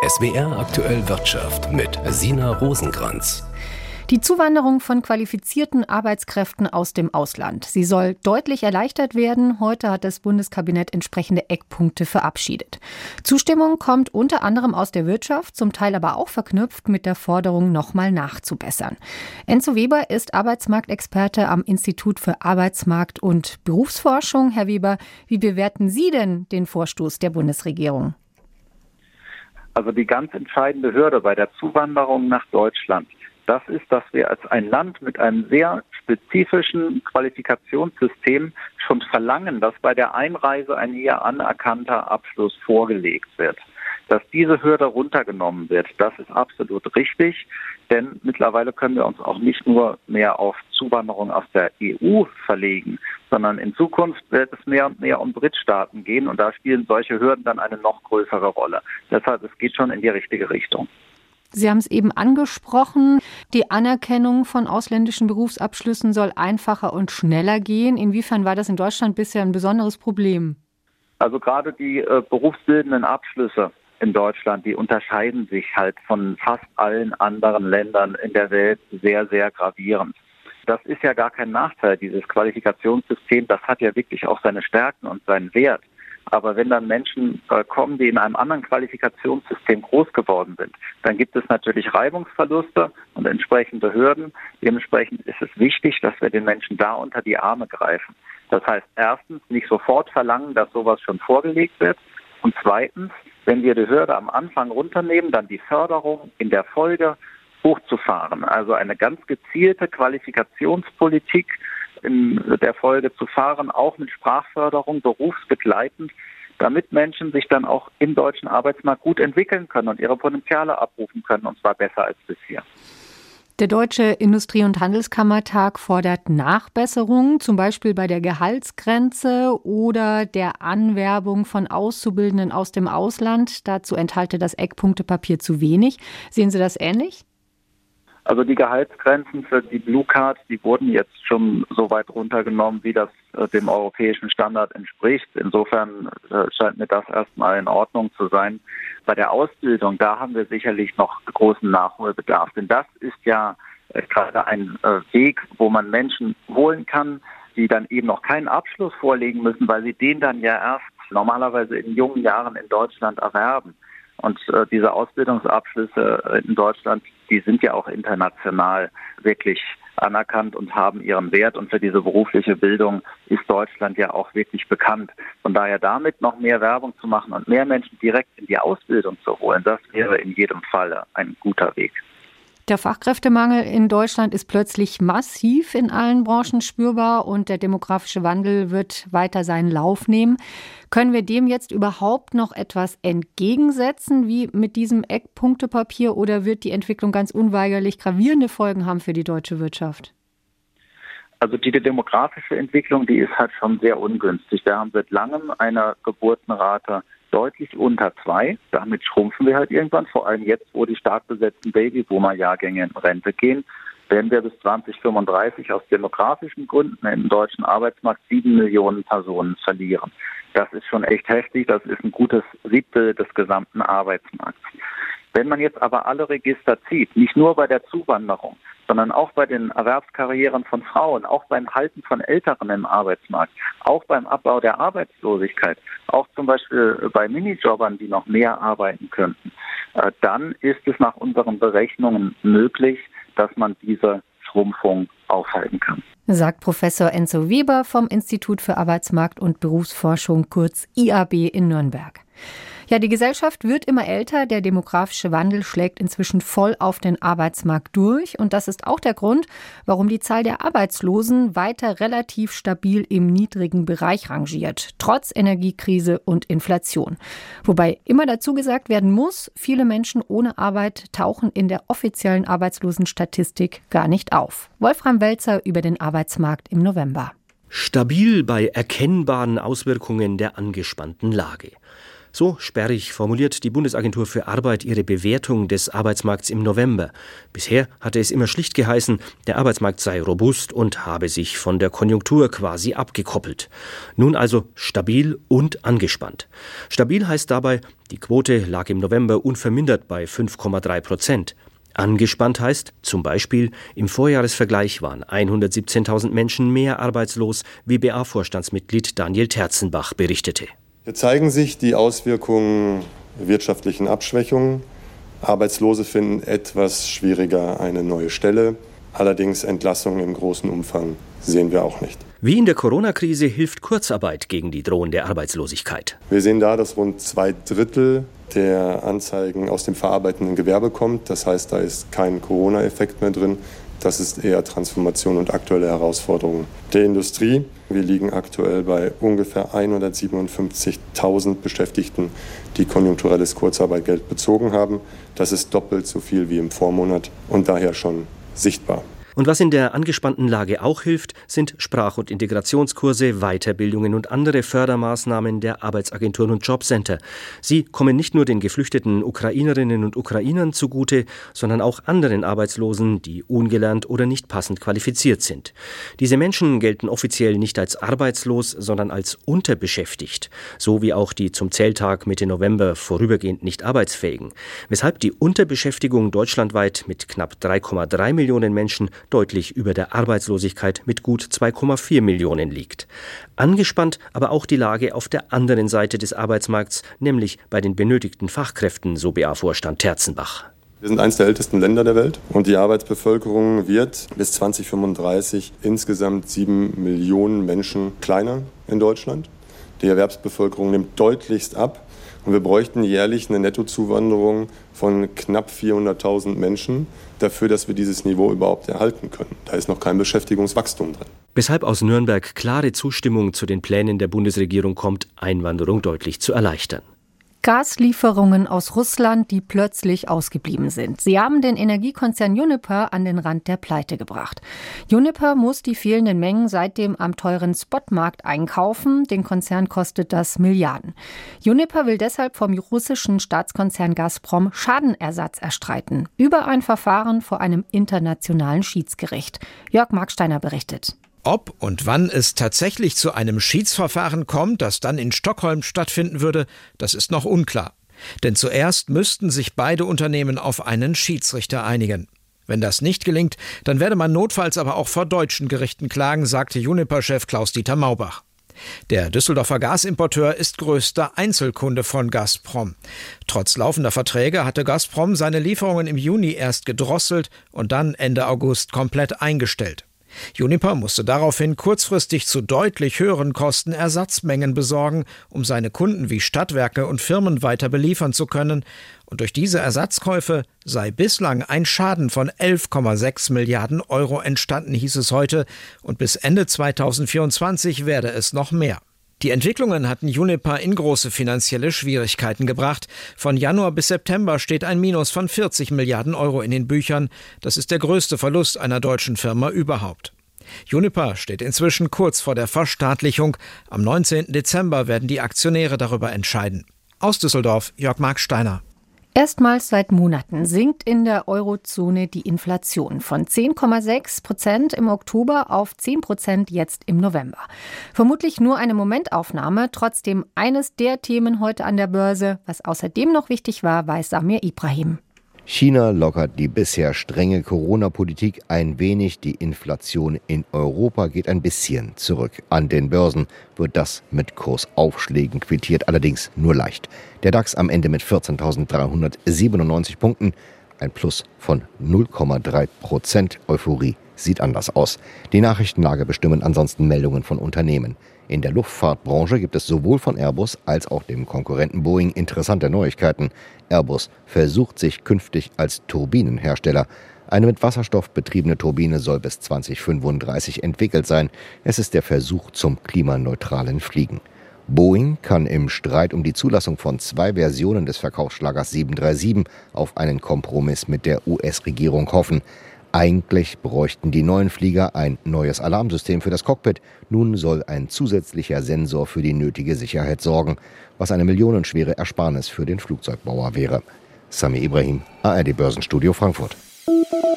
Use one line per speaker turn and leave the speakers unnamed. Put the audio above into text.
SWR Aktuell Wirtschaft mit Sina Rosenkranz.
Die Zuwanderung von qualifizierten Arbeitskräften aus dem Ausland. Sie soll deutlich erleichtert werden. Heute hat das Bundeskabinett entsprechende Eckpunkte verabschiedet. Zustimmung kommt unter anderem aus der Wirtschaft, zum Teil aber auch verknüpft mit der Forderung, nochmal nachzubessern. Enzo Weber ist Arbeitsmarktexperte am Institut für Arbeitsmarkt- und Berufsforschung. Herr Weber, wie bewerten Sie denn den Vorstoß der Bundesregierung?
Also die ganz entscheidende Hürde bei der Zuwanderung nach Deutschland, das ist, dass wir als ein Land mit einem sehr spezifischen Qualifikationssystem schon verlangen, dass bei der Einreise ein hier anerkannter Abschluss vorgelegt wird. Dass diese Hürde runtergenommen wird, das ist absolut richtig, denn mittlerweile können wir uns auch nicht nur mehr auf Zuwanderung aus der EU verlegen, sondern in Zukunft wird es mehr und mehr um Drittstaaten gehen und da spielen solche Hürden dann eine noch größere Rolle. Deshalb, es geht schon in die richtige Richtung.
Sie haben es eben angesprochen, die Anerkennung von ausländischen Berufsabschlüssen soll einfacher und schneller gehen. Inwiefern war das in Deutschland bisher ein besonderes Problem?
Also gerade die berufsbildenden Abschlüsse in Deutschland, die unterscheiden sich halt von fast allen anderen Ländern in der Welt sehr, sehr gravierend. Das ist ja gar kein Nachteil, dieses Qualifikationssystem, das hat ja wirklich auch seine Stärken und seinen Wert. Aber wenn dann Menschen kommen, die in einem anderen Qualifikationssystem groß geworden sind, dann gibt es natürlich Reibungsverluste und entsprechende Hürden. Dementsprechend ist es wichtig, dass wir den Menschen da unter die Arme greifen. Das heißt, erstens nicht sofort verlangen, dass sowas schon vorgelegt wird. Und zweitens, wenn wir die Hürde am Anfang runternehmen, dann die Förderung in der Folge hochzufahren. Also eine ganz gezielte Qualifikationspolitik in der Folge zu fahren, auch mit Sprachförderung, berufsbegleitend, damit Menschen sich dann auch im deutschen Arbeitsmarkt gut entwickeln können und ihre Potenziale abrufen können, und zwar besser als bisher.
Der Deutsche Industrie- und Handelskammertag fordert Nachbesserungen, zum Beispiel bei der Gehaltsgrenze oder der Anwerbung von Auszubildenden aus dem Ausland. Dazu enthalte das Eckpunktepapier zu wenig. Sehen Sie das ähnlich?
Also die Gehaltsgrenzen für die Blue Card, die wurden jetzt schon so weit runtergenommen, wie das dem europäischen Standard entspricht. Insofern scheint mir das erstmal in Ordnung zu sein. Bei der Ausbildung, da haben wir sicherlich noch großen Nachholbedarf. Denn das ist ja gerade ein Weg, wo man Menschen holen kann, die dann eben noch keinen Abschluss vorlegen müssen, weil sie den dann ja erst normalerweise in jungen Jahren in Deutschland erwerben. Und diese Ausbildungsabschlüsse in Deutschland, die sind ja auch international wirklich anerkannt und haben ihren Wert. Und für diese berufliche Bildung ist Deutschland ja auch wirklich bekannt. Von daher damit noch mehr Werbung zu machen und mehr Menschen direkt in die Ausbildung zu holen, das wäre in jedem Fall ein guter Weg.
Der Fachkräftemangel in Deutschland ist plötzlich massiv in allen Branchen spürbar und der demografische Wandel wird weiter seinen Lauf nehmen. Können wir dem jetzt überhaupt noch etwas entgegensetzen, wie mit diesem Eckpunktepapier, oder wird die Entwicklung ganz unweigerlich gravierende Folgen haben für die deutsche Wirtschaft?
Also die demografische Entwicklung, die ist halt schon sehr ungünstig. Wir haben seit langem eine Geburtenrate deutlich unter 2. Damit schrumpfen wir halt irgendwann. Vor allem jetzt, wo die stark besetzten Babyboomer-Jahrgänge in Rente gehen, werden wir bis 2035 aus demografischen Gründen im deutschen Arbeitsmarkt 7 Millionen Personen verlieren. Das ist schon echt heftig. Das ist ein gutes Siebtel des gesamten Arbeitsmarkts. Wenn man jetzt aber alle Register zieht, nicht nur bei der Zuwanderung, sondern auch bei den Erwerbskarrieren von Frauen, auch beim Halten von Älteren im Arbeitsmarkt, auch beim Abbau der Arbeitslosigkeit, auch zum Beispiel bei Minijobbern, die noch mehr arbeiten könnten, dann ist es nach unseren Berechnungen möglich, dass man diese Schrumpfung aufhalten kann.
Sagt Professor Enzo Weber vom Institut für Arbeitsmarkt- und Berufsforschung, kurz IAB in Nürnberg. Ja, die Gesellschaft wird immer älter, der demografische Wandel schlägt inzwischen voll auf den Arbeitsmarkt durch und das ist auch der Grund, warum die Zahl der Arbeitslosen weiter relativ stabil im niedrigen Bereich rangiert, trotz Energiekrise und Inflation. Wobei immer dazu gesagt werden muss, viele Menschen ohne Arbeit tauchen in der offiziellen Arbeitslosenstatistik gar nicht auf. Wolfram Welzer über den Arbeitsmarkt im November.
Stabil bei erkennbaren Auswirkungen der angespannten Lage. So sperrig formuliert die Bundesagentur für Arbeit ihre Bewertung des Arbeitsmarkts im November. Bisher hatte es immer schlicht geheißen, der Arbeitsmarkt sei robust und habe sich von der Konjunktur quasi abgekoppelt. Nun also stabil und angespannt. Stabil heißt dabei, die Quote lag im November unvermindert bei 5,3%. Angespannt heißt zum Beispiel, im Vorjahresvergleich waren 117.000 Menschen mehr arbeitslos, wie BA-Vorstandsmitglied Daniel Terzenbach berichtete.
Hier zeigen sich die Auswirkungen wirtschaftlichen Abschwächungen. Arbeitslose finden etwas schwieriger eine neue Stelle. Allerdings Entlassungen im großen Umfang sehen wir auch nicht.
Wie in der Corona-Krise hilft Kurzarbeit gegen die drohende Arbeitslosigkeit.
Wir sehen da, dass rund 2/3 der Anzeigen aus dem verarbeitenden Gewerbe kommt. Das heißt, da ist kein Corona-Effekt mehr drin. Das ist eher Transformation und aktuelle Herausforderungen der Industrie. Wir liegen aktuell bei ungefähr 157.000 Beschäftigten, die konjunkturelles Kurzarbeitgeld bezogen haben. Das ist doppelt so viel wie im Vormonat und daher schon sichtbar.
Und was in der angespannten Lage auch hilft, sind Sprach- und Integrationskurse, Weiterbildungen und andere Fördermaßnahmen der Arbeitsagenturen und Jobcenter. Sie kommen nicht nur den geflüchteten Ukrainerinnen und Ukrainern zugute, sondern auch anderen Arbeitslosen, die ungelernt oder nicht passend qualifiziert sind. Diese Menschen gelten offiziell nicht als arbeitslos, sondern als unterbeschäftigt, so wie auch die zum Zähltag Mitte November vorübergehend nicht arbeitsfähigen, weshalb die Unterbeschäftigung deutschlandweit mit knapp 3,3 Millionen Menschen deutlich über der Arbeitslosigkeit mit gut 2,4 Millionen liegt. Angespannt aber auch die Lage auf der anderen Seite des Arbeitsmarkts, nämlich bei den benötigten Fachkräften, so BA-Vorstand Terzenbach.
Wir sind eines der ältesten Länder der Welt und die Arbeitsbevölkerung wird bis 2035 insgesamt 7 Millionen Menschen kleiner in Deutschland. Die Erwerbsbevölkerung nimmt deutlichst ab. Und wir bräuchten jährlich eine Nettozuwanderung von knapp 400.000 Menschen dafür, dass wir dieses Niveau überhaupt erhalten können. Da ist noch kein Beschäftigungswachstum drin.
Weshalb aus Nürnberg klare Zustimmung zu den Plänen der Bundesregierung kommt, Einwanderung deutlich zu erleichtern.
Gaslieferungen aus Russland, die plötzlich ausgeblieben sind. Sie haben den Energiekonzern Uniper an den Rand der Pleite gebracht. Uniper muss die fehlenden Mengen seitdem am teuren Spotmarkt einkaufen. Den Konzern kostet das Milliarden. Uniper will deshalb vom russischen Staatskonzern Gazprom Schadenersatz erstreiten. Über ein Verfahren vor einem internationalen Schiedsgericht. Jörg Marksteiner berichtet.
Ob und wann es tatsächlich zu einem Schiedsverfahren kommt, das dann in Stockholm stattfinden würde, das ist noch unklar. Denn zuerst müssten sich beide Unternehmen auf einen Schiedsrichter einigen. Wenn das nicht gelingt, dann werde man notfalls aber auch vor deutschen Gerichten klagen, sagte Uniper-Chef Klaus-Dieter Maubach. Der Düsseldorfer Gasimporteur ist größter Einzelkunde von Gazprom. Trotz laufender Verträge hatte Gazprom seine Lieferungen im Juni erst gedrosselt und dann Ende August komplett eingestellt. Uniper musste daraufhin kurzfristig zu deutlich höheren Kosten Ersatzmengen besorgen, um seine Kunden wie Stadtwerke und Firmen weiter beliefern zu können. Und durch diese Ersatzkäufe sei bislang ein Schaden von 11,6 Milliarden Euro entstanden, hieß es heute. Und bis Ende 2024 werde es noch mehr. Die Entwicklungen hatten Uniper in große finanzielle Schwierigkeiten gebracht. Von Januar bis September steht ein Minus von 40 Milliarden Euro in den Büchern. Das ist der größte Verlust einer deutschen Firma überhaupt. Uniper steht inzwischen kurz vor der Verstaatlichung. Am 19. Dezember werden die Aktionäre darüber entscheiden. Aus Düsseldorf, Jörg Marksteiner.
Erstmals seit Monaten sinkt in der Eurozone die Inflation von 10,6% im Oktober auf 10% jetzt im November. Vermutlich nur eine Momentaufnahme, trotzdem eines der Themen heute an der Börse. Was außerdem noch wichtig war, weiß Samir Ibrahim.
China lockert die bisher strenge Corona-Politik ein wenig. Die Inflation in Europa geht ein bisschen zurück. An den Börsen wird das mit Kursaufschlägen quittiert, allerdings nur leicht. Der DAX am Ende mit 14.397 Punkten, ein Plus von 0,3%. Euphorie sieht anders aus. Die Nachrichtenlage bestimmen ansonsten Meldungen von Unternehmen. In der Luftfahrtbranche gibt es sowohl von Airbus als auch dem Konkurrenten Boeing interessante Neuigkeiten. Airbus versucht sich künftig als Turbinenhersteller. Eine mit Wasserstoff betriebene Turbine soll bis 2035 entwickelt sein. Es ist der Versuch zum klimaneutralen Fliegen. Boeing kann im Streit um die Zulassung von 2 Versionen des Verkaufsschlagers 737 auf einen Kompromiss mit der US-Regierung hoffen. Eigentlich bräuchten die neuen Flieger ein neues Alarmsystem für das Cockpit. Nun soll ein zusätzlicher Sensor für die nötige Sicherheit sorgen, was eine millionenschwere Ersparnis für den Flugzeugbauer wäre. Sami Ibrahim, ARD Börsenstudio Frankfurt.